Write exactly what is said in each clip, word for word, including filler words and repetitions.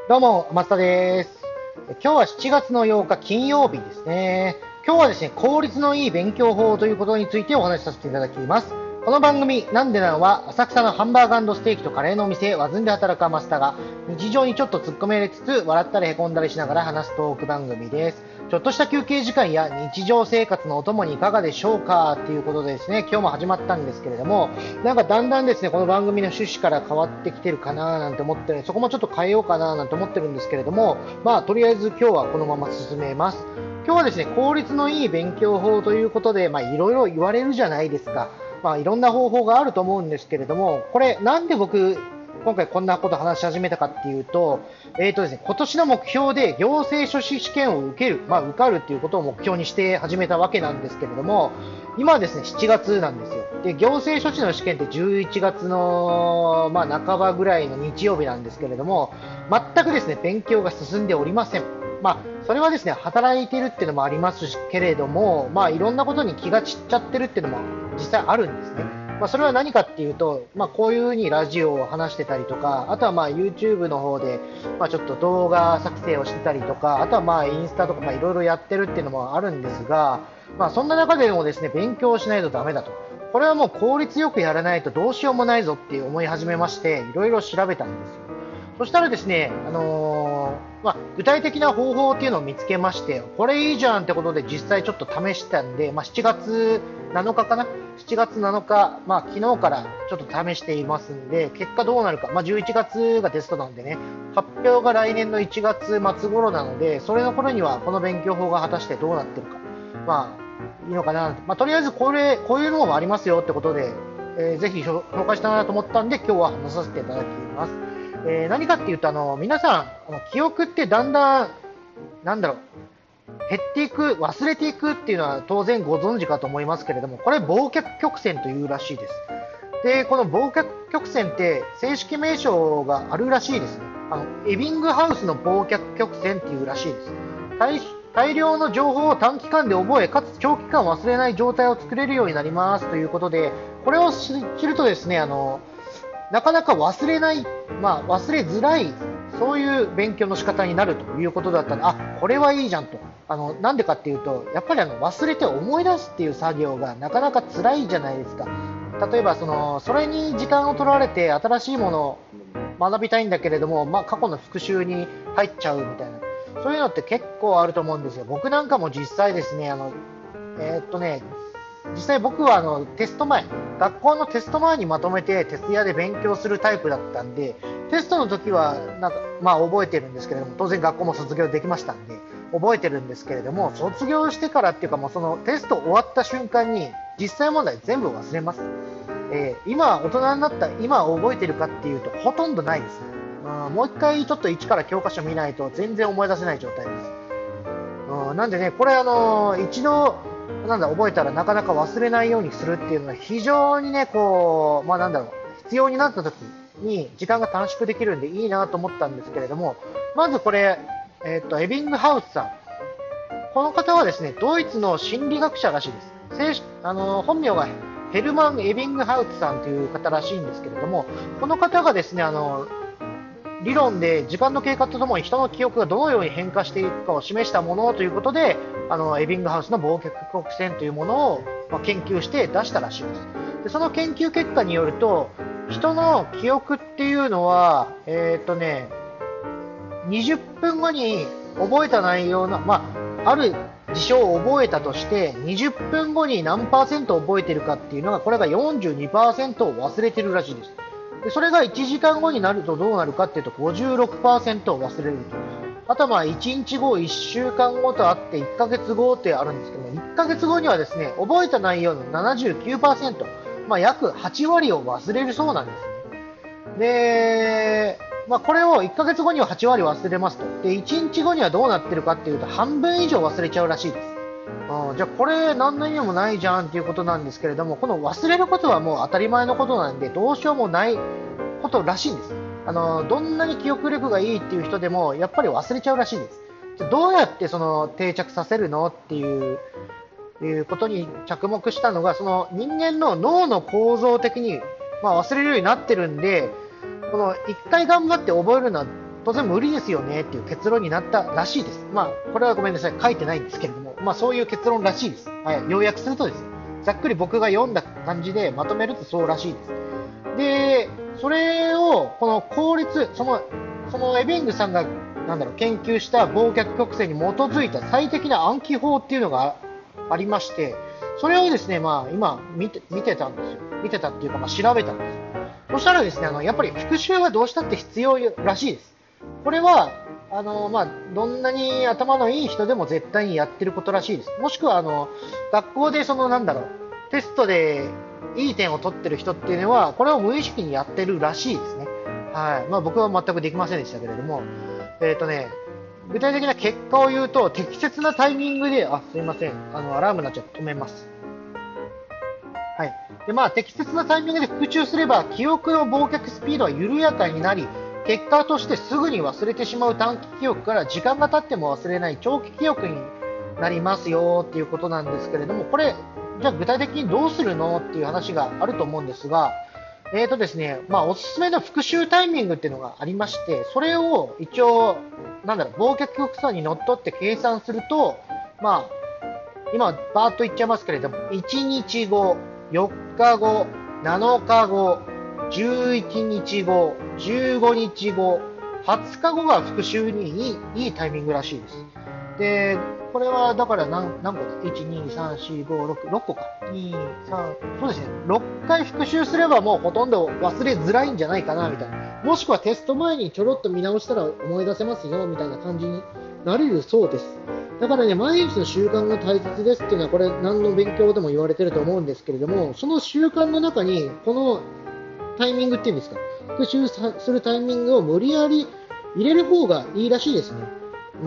どうも、松田です。今日はしちがつのようか金曜日ですね。今日はですね、効率のいい勉強法ということについてお話しさせていただきます。この番組、なんでなのは、浅草のハンバーガーステーキとカレーのお店、ワズンで働くマスターが、日常にちょっと突っ込めつつ、笑ったりへこんだりしながら話すトーク番組です。ちょっとした休憩時間や日常生活のお供にいかがでしょうかっていうことでですね、今日も始まったんですけれども、なんかだんだんですね、この番組の趣旨から変わってきてるかななんて思って、そこもちょっと変えようかななんて思ってるんですけれども、まあ、とりあえず今日はこのまま進めます。今日はですね、効率のいい勉強法ということで、まあ、いろいろ言われるじゃないですか。まあ、いろんな方法があると思うんですけれども、これ、なんで僕、今回こんなこと話し始めたかっていうと、えーとですね、今年の目標で行政書士試験を受ける、まあ、受かるっていうことを目標にして始めたわけなんですけれども、今はですね、しちがつなんですよ。で、行政書士の試験ってじゅういちがつの、まあ、半ばぐらいの日曜日なんですけれども、全くですね、勉強が進んでおりません。まあ、それはですね、働いてるっていうのもありますけれども、まあ、いろんなことに気が散っちゃってるっていうのも実際あるんですね。まあ、それは何かっていうと、まあ、こういうふうにラジオを話してたりとか、あとはまあ YouTube の方で、まあ、ちょっと動画作成をしてたりとか、あとはまあインスタとかまあいろいろやってるっていうのもあるんですが、まあ、そんな中でもですね、勉強しないとダメだと。これはもう効率よくやらないとどうしようもないぞって思い始めまして、いろいろ調べたんですよ。そしたらですね、あのーまあ、具体的な方法っていうのを見つけまして、これいいじゃんってことで実際ちょっと試したんで、まあ、しちがつなのかかな ?しち 月なのか、まあ、昨日からちょっと試していますんで、結果どうなるか、まあ、じゅういちがつがテストなんでね、発表が来年のいちがつ末頃なので、それの頃にはこの勉強法が果たしてどうなってるか、まあ、いいのかな。まあ、とりあえずこれ、こういうのもありますよってことで、えーぜひ紹介したいなと思ったんで、今日は話させていただきます。えー何かっていうと、あの、皆さん、あの記憶ってだんだん、なんだろう、減っていく、忘れていくっていうのは当然ご存知かと思いますけれども、これ忘却曲線というらしいです。で、この忘却曲線って正式名称があるらしいですね。あの、エビングハウスの忘却曲線っていうらしいです。大大量の情報を短期間で覚え、かつ長期間忘れない状態を作れるようになりますということで、これを知るとですね、あの、なかなか忘れない、まあ、忘れづらい、そういう勉強の仕方になるということだったので、あ、これはいいじゃんと。あの、なんでかっていうと、やっぱりあの、忘れて思い出すっていう作業がなかなか辛いじゃないですか。例えば、その、それに時間を取られて新しいものを学びたいんだけれども、まあ、過去の復習に入っちゃうみたいな。そういうのって結構あると思うんですよ。僕なんかも実際ですね、あの、えーっとね、実際僕はあのテスト前、学校のテスト前にまとめて徹夜で勉強するタイプだったんで、テストの時はなんか、まあ、覚えてるんですけれども、当然学校も卒業できましたんで、覚えてるんですけれども、卒業してからっていうか、もうそのテスト終わった瞬間に、実際問題全部忘れます。えー今、大人になった今覚えてるかっていうと、ほとんどないですね。うん、もう一回ちょっと一から教科書見ないと全然思い出せない状態です。うん、なんでね、これあのー一度、なんだ、覚えたらなかなか忘れないようにするっていうのは非常にね、こう、まあなんだろう、必要になった時に時間が短縮できるんでいいなと思ったんですけれども、まずこれ、えっ、と、エビングハウスさん。この方はですね、ドイツの心理学者らしいです。正式あのー本名がヘルマン・エビングハウスさんという方らしいんですけれども、この方がですね、あの理論で時間の経過とともに人の記憶がどのように変化していくかを示したものということで、あのエビングハウスの忘却曲線というものを、まあ、研究して出したらしいです。でその研究結果によると、人の記憶っていうのは、えーっとね、にじゅっぷんごに覚えた内容の、まあ、ある事象を覚えたとして、にじゅっぷんごに何パーセント覚えているかっていうのが、これがよんじゅうにパーセントを忘れているらしいです。でそれがいちじかんごになるとどうなるかっていうと、ごじゅうろくパーセントを忘れると。あとはまあいちにちご、いっしゅうかんごとあっていっかげつごってあるんですけども、いっかげつごにはですね、覚えた内容のななじゅうきゅうパーセント、まあ、約はち割を忘れるそうなんですね。で、まあ、これをいっかげつごにははち割忘れますと。で、いちにちごにはどうなってるかっていうと、半分以上忘れちゃうらしいです。うん、じゃあこれ何の意味もないじゃんっていうことなんですけれども、この忘れることはもう当たり前のことなんで、どうしようもないことらしいんです。あの、どんなに記憶力がいいっていう人でも、やっぱり忘れちゃうらしいです。じゃあどうやってその定着させるのっていういうことに着目したのが、その人間の脳の構造的に、まあ、忘れるようになってるんで、この一回頑張って覚えるのは当然無理ですよねっていう結論になったらしいです。まあ、これはごめんなさい、書いてないんですけれども、まあそういう結論らしいです。はい、要約するとですね、ざっくり僕が読んだ感じでまとめるとそうらしいです。で、それを、この効率、その、そのエビングさんが、なんだろう、研究した忘却曲線に基づいた最適な暗記法っていうのがありまして、それをですね、まあ今見て、見てたんですよ。見てたっていうか、まあ調べたんですよ。そしたらですね、あの、やっぱり復習はどうしたって必要らしいです。これは、あの、まあ、どんなに頭のいい人でも絶対にやってることらしいです。もしくは、あの、学校でその、なんだろう、テストでいい点を取ってる人っていうのは、これを無意識にやってるらしいですね。はい。まあ僕は全くできませんでしたけれども、えっとね、具体的な結果を言うと、適切なタイミングで、あ、すいません、あの、アラームになっちゃって止めます。はい。で、まあ、適切なタイミングで復習すれば、記憶の忘却スピードは緩やかになり、結果としてすぐに忘れてしまう短期記憶から時間が経っても忘れない長期記憶になりますよっていうことなんですけれども、これ、じゃあ具体的にどうするのっていう話があると思うんですが、えーとですね、まあ、おすすめの復習タイミングっていうのがありまして、それを一応、なんだろう、忘却曲線にのっとって計算すると、まあ、今、バーッと言っちゃいますけれども、いちにちご、よっかご、なのかご、じゅういちにちご、じゅうごにちご、はつかごが復習にいい、いいタイミングらしいです。で、これはだから何何個だ ?いち、に、さん、よん、ご、ろく、ろっこか。に、さん、そうですね。ろっかい復習すればもうほとんど忘れづらいんじゃないかな、みたいな。もしくはテスト前にちょろっと見直したら思い出せますよ、みたいな感じになれるそうです。だからね、毎日の習慣が大切ですっていうのは、これ何の勉強でも言われてると思うんですけれども、その習慣の中に、このタイミングっていうんですか、復習するタイミングを無理やり入れる方がいいらしいですね。うん。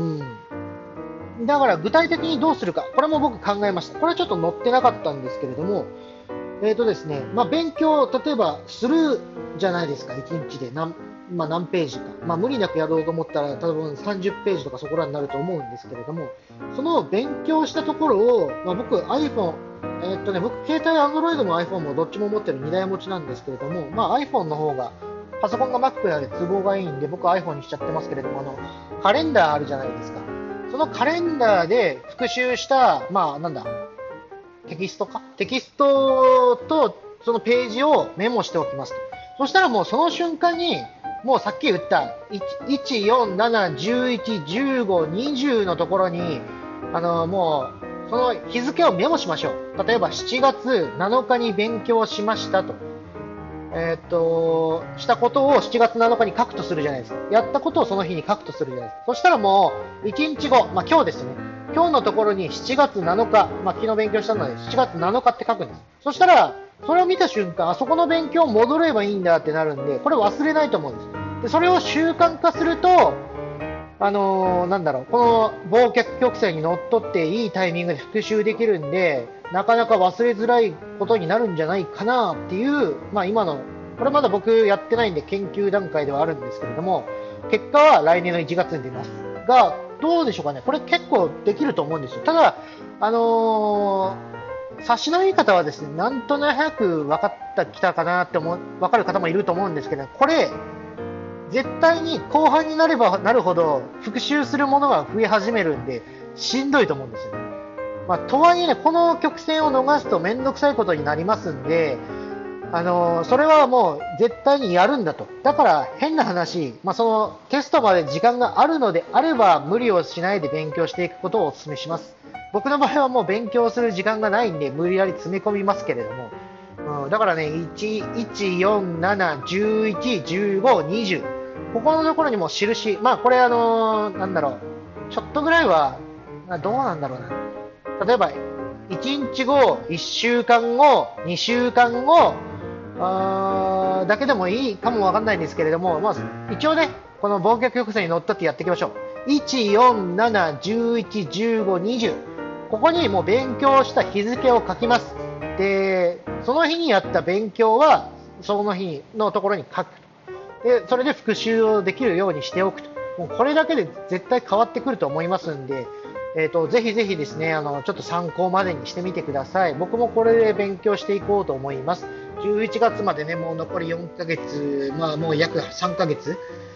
だから具体的にどうするか、これも僕考えました。これはちょっと載ってなかったんですけれども、えーとですね、まあ、勉強、例えばするじゃないですか、いちにちで何、まあ、何ページか。まあ、無理なくやろうと思ったら、多分さんじゅっページとかそこらになると思うんですけれども、その勉強したところを、まあ、僕、iPhone、えーっとね、僕、携帯 Android も iPhone もどっちも持ってるにだい持ちなんですけれども、まあ、iPhone の方が、パソコンが Mac なので都合がいいんで、僕 iPhone にしちゃってますけれども、あの、カレンダーあるじゃないですか。そのカレンダーで復習した、まあ、なんだ、テキストかテキストとそのページをメモしておきますと。そしたらもうその瞬間に、もうさっき言ったいち、よん、なな、じゅういち、じゅうご、にじゅうのところに、あの、もう、その日付をメモしましょう。例えばしちがつなのかに勉強しましたと。えーっと、したことをしちがつなのかに書くとするじゃないですか。やったことをその日に書くとするじゃないですか。そしたらもう、いちにちご、まあ今日ですね。今日のところにしちがつなのか、まあ昨日勉強したのでしちがつなのかって書くんです。そしたら、それを見た瞬間、あそこの勉強戻ればいいんだってなるんで、これ忘れないと思うんです。で、それを習慣化すると、あのーなんだろう、この忘却曲線にのっとっていいタイミングで復習できるんで、なかなか忘れづらいことになるんじゃないかなっていう、まあ今の、これまだ僕やってないんで研究段階ではあるんですけれども、結果は来年のいちがつに出ます。が、どうでしょうかね。これ結構できると思うんですよ。ただ、あのー、察しのいい方はですね、なんとなく分かってきたかなって思う、分かる方もいると思うんですけど、これ、絶対に後半になればなるほど復習するものが増え始めるんで、しんどいと思うんですよね。まあ、とはいえね、この曲線を逃すとめんどくさいことになりますんで、あのーそれはもう絶対にやるんだと。だから変な話、まあ、そのテストまで時間があるのであれば無理をしないで勉強していくことをお勧めします。僕の場合はもう勉強する時間がないんで無理やり詰め込みますけれども、うん、だからね、いち、いち、よん、なな、じゅういち、じゅうご、にじゅう。ここのところにも印、まあこれあのーなんだろう、ちょっとぐらいは、どうなんだろうな。例えば、いちにちご、いっしゅうかんご、にしゅうかんご、あーだけでもいいかもわかんないんですけれども、まあ、一応ね、この忘却曲線に乗っ取ってやっていきましょう。いち、よん、なな、じゅういち、じゅうご、にじゅう。ここにもう勉強した日付を書きます。で、その日にやった勉強は、その日のところに書く。で、それで復習をできるようにしておくと。もうこれだけで絶対変わってくると思いますんで、えっと、ぜひぜひですね、あの、ちょっと参考までにしてみてください。僕もこれで勉強していこうと思います。じゅういちがつまでね、もう残りよんかげつ、まあもう約さんかげつ。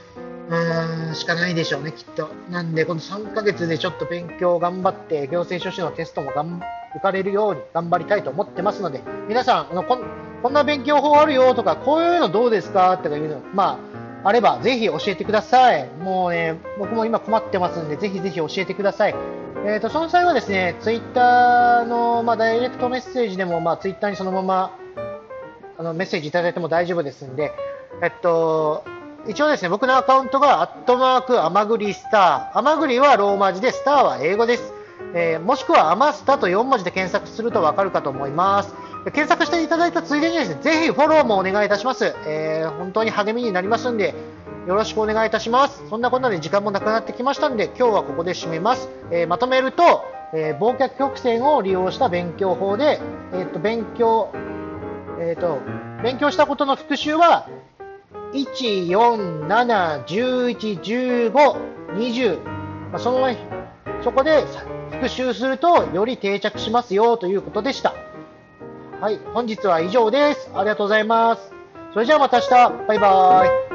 うーん、しかないでしょうね、きっと。なんで、このさんかげつでちょっと勉強頑張って、行政書士のテストもがん受かれるように頑張りたいと思ってますので、皆さん、あのこんこんな勉強法あるよとか、こういうのどうですかとかいうの、まあ、あれば、ぜひ教えてください。もうね、僕も今困ってますんで、ぜひぜひ教えてください。えーと、その際はですね、ツイッターの、まあ、ダイレクトメッセージでも、まあ、ツイッターにそのまま、あのメッセージいただいても大丈夫ですんで、えっと、一応ですね、僕のアカウントが、アットマーク、アマグリスター。アマグリはローマ字で、スターは英語です。えー、もしくは、アマスタとよん文字で検索するとわかるかと思います。検索していただいたついでにですね、ぜひフォローもお願いいたします。えー、本当に励みになりますんで、よろしくお願いいたします。そんなこんなで時間もなくなってきましたんで、今日はここで締めます。えー、まとめると、えー、忘却曲線を利用した勉強法で、えー、と勉強、えーと、勉強したことの復習は、いち、よん、なな、じゅういち、じゅうご、にじゅう、まあ、そのそこで復習するとより定着しますよということでした。はい、本日は以上です。ありがとうございます。それじゃあまた明日。バイバーイ。